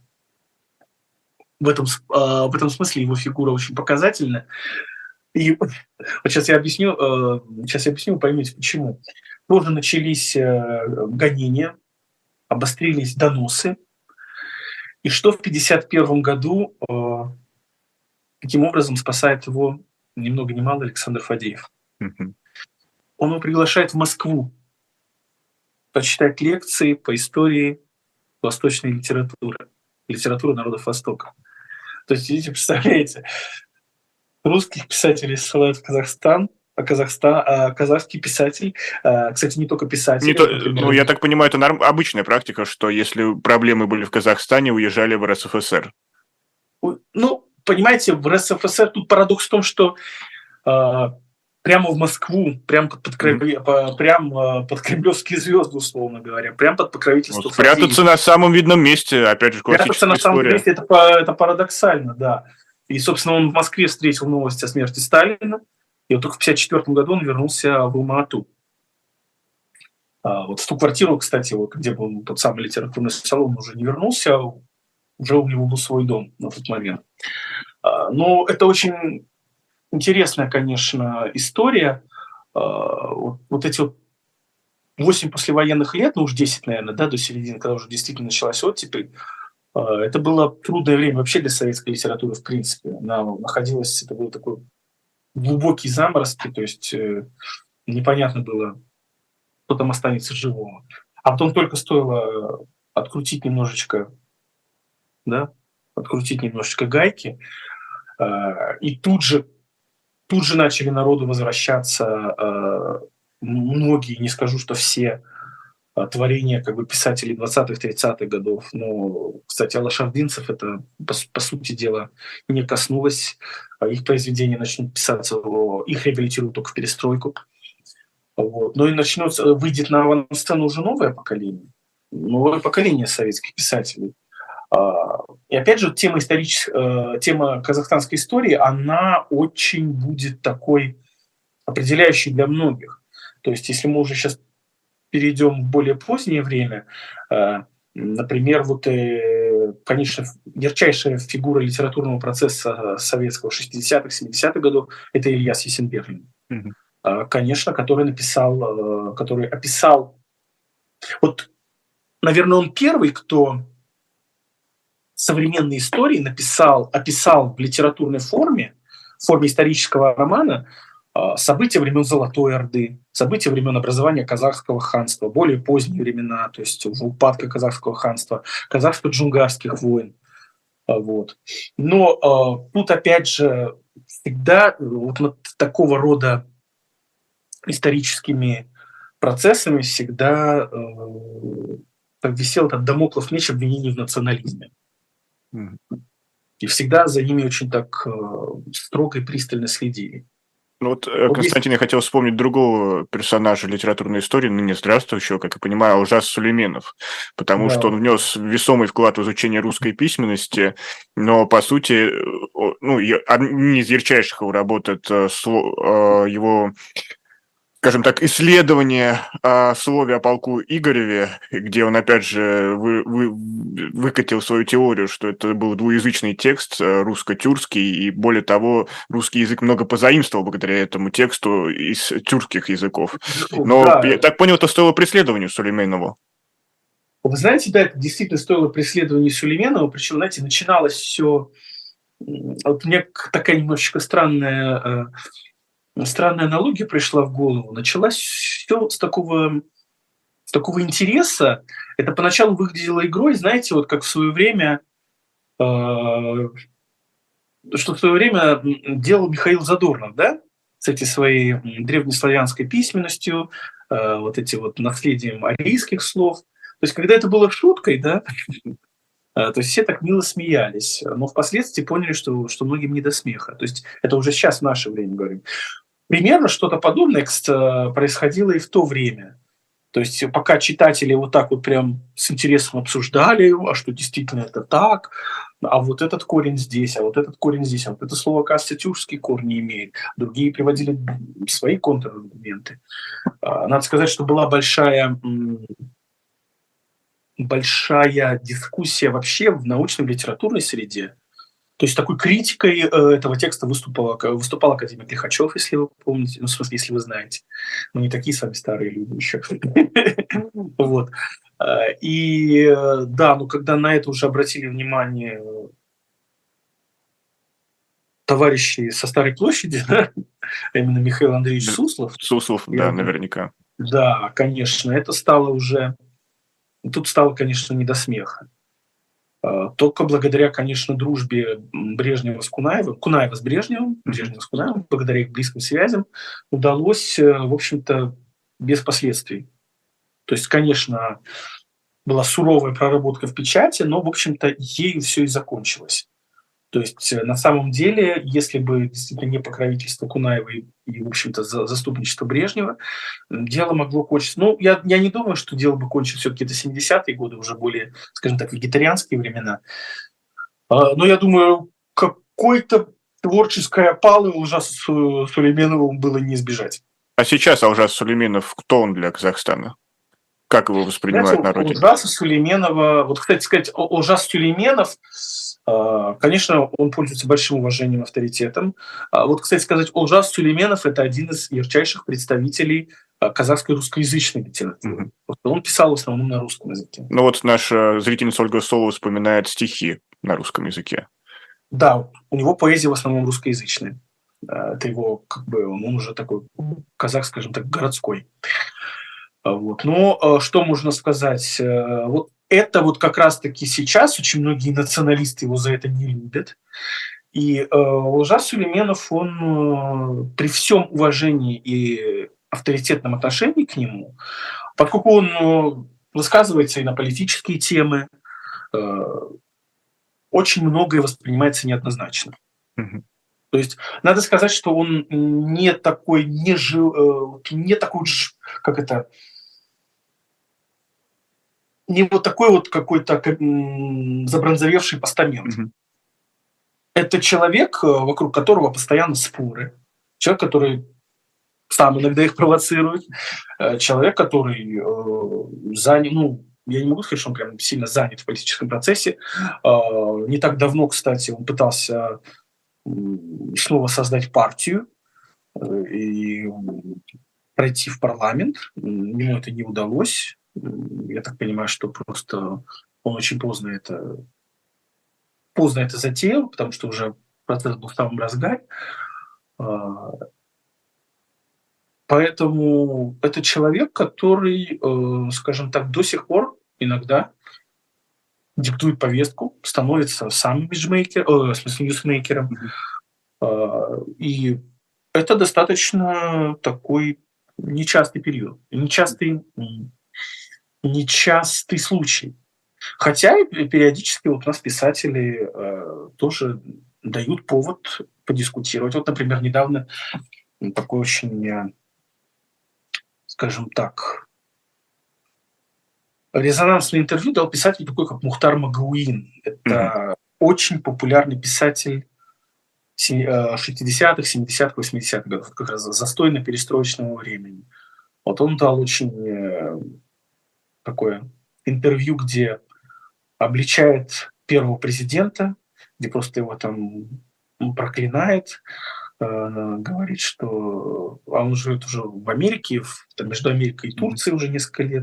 в этом, в этом смысле его фигура очень показательна. И вот сейчас я объясню, сейчас я объясню, вы поймете, почему. Тоже начались гонения, обострились доносы. И что в пятьдесят первом году, таким образом, спасает его ни много ни мало Александр Фадеев. Mm-hmm. Он его приглашает в Москву почитать лекции по истории восточной литературы, литературы народов Востока. То есть, видите, представляете, русских писателей ссылают в Казахстан, а, Казахстан, а казахский писатель, а, кстати, не только писатель. Не то, ну, я так понимаю, это норм, обычная практика, что если проблемы были в Казахстане, уезжали в эр эс эф эс эр. Ну, понимаете, в эр эс эф эс эр тут парадокс в том, что а, прямо в Москву, прямо под, под, mm-hmm. по, прямо под кремлевские звезды, условно говоря, прямо под покровительство. Вот, спрятаться на самом видном месте, опять же, классическая история. Спрятаться на самом месте, это, это парадоксально, да. И, собственно, он в Москве встретил новость о смерти Сталина, и вот только в пятьдесят четвёртом году он вернулся в Алма-Ату. А, вот в ту квартиру, кстати, вот, где был тот самый литературный салон, он уже не вернулся, уже у него был свой дом на тот момент. А, но это очень интересная, конечно, история. А, вот, вот эти вот восемь послевоенных лет, ну уж десять, наверное, да, до середины, когда уже действительно началась оттепель, это было трудное время вообще для советской литературы, в принципе. Она находилась, это был такой глубокий заморозки, то есть э, непонятно было, кто там останется живого. А потом только стоило открутить немножечко, да, открутить немножечко гайки, э, и тут же, тут же начали народу возвращаться э, многие, не скажу, что все, творения как бы писателей двадцатых-тридцатых годов. Но, кстати, Алашардинцев это, по, по сути дела, не коснулось. Их произведения начнут писаться, их реабилитируют только в перестройку. Вот. Но и начнется, выйдет на авансцену уже новое поколение. Новое поколение советских писателей. И опять же, тема, историческая, тема казахстанской истории, она очень будет такой определяющей для многих. То есть, если мы уже сейчас перейдем в более позднее время, например, вот, конечно, ярчайшая фигура литературного процесса советского шестидесятых, семидесятых годов – это Ильяс Есенберлин. Mm-hmm. Конечно, который написал, который описал… Вот, наверное, он первый, кто современной истории написал, описал в литературной форме, в форме исторического романа, события времен Золотой Орды, события времен образования казахского ханства, более поздние времена, то есть упадка казахского ханства, казахско-джунгарских войн. Вот. Но э, тут, опять же, всегда вот над такого рода историческими процессами всегда э, висел этот дамоклов меч обвинений в национализме. Mm. И всегда за ними очень так э, строго и пристально следили. Ну вот, вот Константин, есть... я хотел вспомнить другого персонажа литературной истории, ныне здравствующего, как я понимаю, Алжас Сулейменов, потому да. что он внес весомый вклад в изучение русской письменности, но, по сути, ну, одни из ярчайших его работ – это его, скажем так, исследование о слове о полку Игореве, где он, опять же, вы, вы, выкатил свою теорию, что это был двуязычный текст, русско-тюркский, и, более того, русский язык много позаимствовал благодаря этому тексту из тюркских языков. Но, да. я так понял, это стоило преследованию Сулейменову. Вы знаете, да, это действительно стоило преследованию Сулейменова, причем, знаете, начиналось все... Вот у меня такая немножечко странная... Странная аналогия пришла в голову. Началось все с такого, с такого интереса. Это поначалу выглядело игрой, знаете, вот как в свое время, э, что в свое время делал Михаил Задорнов, да, с этой своей древнеславянской письменностью, э, вот эти вот наследием арийских слов. То есть, когда это было шуткой, да, то есть все так мило смеялись, но впоследствии поняли, что, что многим не до смеха. То есть это уже сейчас в наше время говорим. Примерно что-то подобное происходило и в то время. То есть пока читатели вот так вот прям с интересом обсуждали, а что действительно это так, а вот этот корень здесь, а вот этот корень здесь, а вот это слово, оказывается, тюркские корни имеет. Другие приводили свои контраргументы. Надо сказать, что была большая... большая дискуссия вообще в научной литературной среде. То есть такой критикой э, этого текста выступал, выступал академик Лихачев, если вы помните, ну, в смысле, если вы знаете. Мы не такие с вами старые люди еще. Вот. И да, ну когда на это уже обратили внимание товарищи со Старой площади, именно Михаил Андреевич Суслов. Суслов, да, наверняка. Да, конечно, это стало уже... Тут стало, конечно, не до смеха. Только благодаря, конечно, дружбе Брежнева с Кунаевым, Кунаева с Брежневым, Брежнева с Кунаевым, благодаря их близким связям, удалось, в общем-то, без последствий. То есть, конечно, была суровая проработка в печати, но, в общем-то, ею все и закончилось. То есть, на самом деле, если бы действительно не покровительство Кунаева и, и в общем-то, за, заступничество Брежнева, дело могло кончиться. Ну, я, я не думаю, что дело бы кончилось все-таки до семидесятые годы, уже более, скажем так, вегетарианские времена. А, но я думаю, какой-то творческой опалы Алжасу Сулейменову было не избежать. А сейчас Алжас Сулейменов, кто он для Казахстана? Как его воспринимают на родине? Алжаса Сулейменова, вот, кстати сказать, Алжас Сулейменов, конечно, он пользуется большим уважением, авторитетом. Вот, кстати сказать, Алжас Сулейменов – это один из ярчайших представителей казахской русскоязычной литературы. Mm-hmm. Он писал в основном на русском языке. Ну вот наша зрительница Ольга Солова вспоминает стихи на русском языке. Да, у него поэзия в основном русскоязычная. Это его, как бы, он уже такой казах, скажем так, городской. Вот. Но что можно сказать? Вот это вот как раз-таки сейчас очень многие националисты его за это не любят. И Алжас Сулейменов, он э, при всем уважении и авторитетном отношении к нему, поскольку он э, высказывается и на политические темы, э, очень многое воспринимается неоднозначно. Mm-hmm. То есть надо сказать, что он не такой, не, жил, э, не такой, как это... не вот такой вот какой-то забронзовевший постамент. Mm-hmm. Это человек, вокруг которого постоянно споры. Человек, который сам иногда их провоцирует. Человек, который э, занят, ну, я не могу сказать, что он прям сильно занят в политическом процессе. Э, не так давно, кстати, он пытался э, снова создать партию э, и пройти в парламент. Ему это не удалось. Я так понимаю, что просто он очень поздно это, поздно это затеял, потому что уже процесс был в самом разгаре. Поэтому это человек, который, скажем так, до сих пор иногда диктует повестку, становится сам имиджмейкером, в смысле ньюсмейкером. Mm-hmm. И это достаточно такой нечастый период, нечастый, нечастый случай. Хотя и периодически вот у нас писатели э, тоже дают повод подискутировать. Вот, например, недавно такой очень, скажем так, резонансное интервью дал писатель такой, как Мухтар Магауин. Это mm-hmm. очень популярный писатель шестидесятых, семидесятых, восьмидесятых годов, как раз застойно-перестроечного времени. Вот он дал очень такое интервью, где обличает первого президента, где просто его там проклинает, э, говорит, что а он живет уже в Америке, в, там, между Америкой и Турцией уже несколько лет.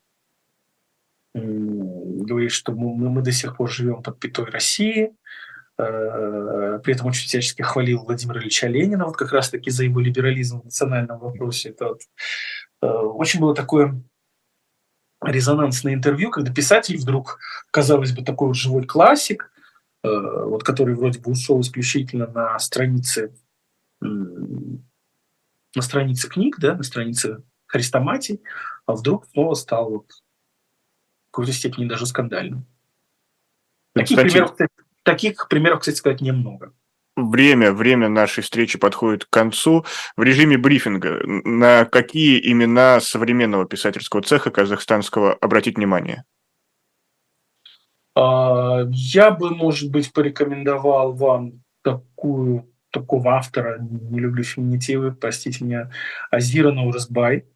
Говорит, что мы, мы до сих пор живем под пятой России. Э, при этом очень всячески хвалил Владимира Ильича Ленина, вот как раз-таки за его либерализм в национальном вопросе. Это вот, э, очень было такое резонансное интервью, когда писатель вдруг, казалось бы, такой вот живой классик, э, вот, который вроде бы ушел исключительно на страницы, э, на страницы книг, да, на страницы хрестоматий, а вдруг снова стал вот, в какой-то степени даже скандальным. Таких примеров, таких примеров, кстати сказать, немного. Время, время нашей встречи подходит к концу. В режиме брифинга на какие имена современного писательского цеха казахстанского обратить внимание? Я бы, может быть, порекомендовал вам такую, такого автора, не люблю феминитивы, простите меня, Азира Наурызбай.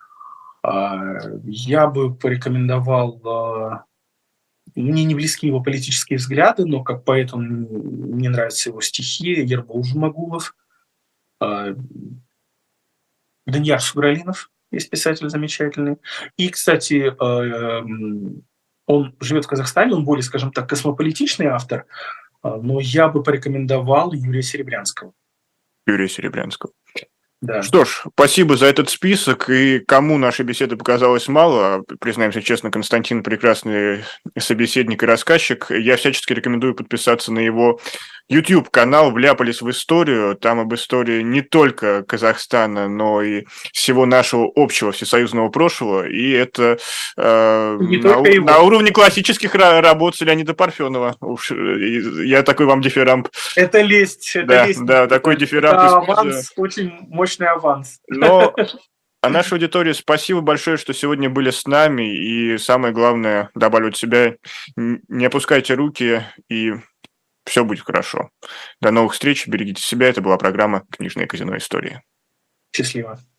Я бы порекомендовал... Мне не близки его политические взгляды, но как поэт он, мне нравятся его стихи. Ербол Жумагулов, э, Данияр Сугралинов, есть писатель замечательный. И, кстати, э, он живет в Казахстане, он более, скажем так, космополитичный автор, э, но я бы порекомендовал Юрия Серебрянского. Юрия Серебрянского. Да. Что ж, спасибо за этот список, и кому нашей беседы показалось мало, признаемся честно, Константин прекрасный собеседник и рассказчик, я всячески рекомендую подписаться на его YouTube-канал «Вляпались в историю», там об истории не только Казахстана, но и всего нашего общего всесоюзного прошлого, и это э, на, на уровне классических работ Леонида Парфенова. Уж, я такой вам дифирамб. Это лесть. Это да, лесть. да, такой дифирамб. Это аванс, очень мощный аванс. Но... А нашей аудитории спасибо большое, что сегодня были с нами, и самое главное, добавлю от себя, не опускайте руки, и все будет хорошо. До новых встреч, берегите себя. Это была программа «Книжное казино. Истории». Счастливо.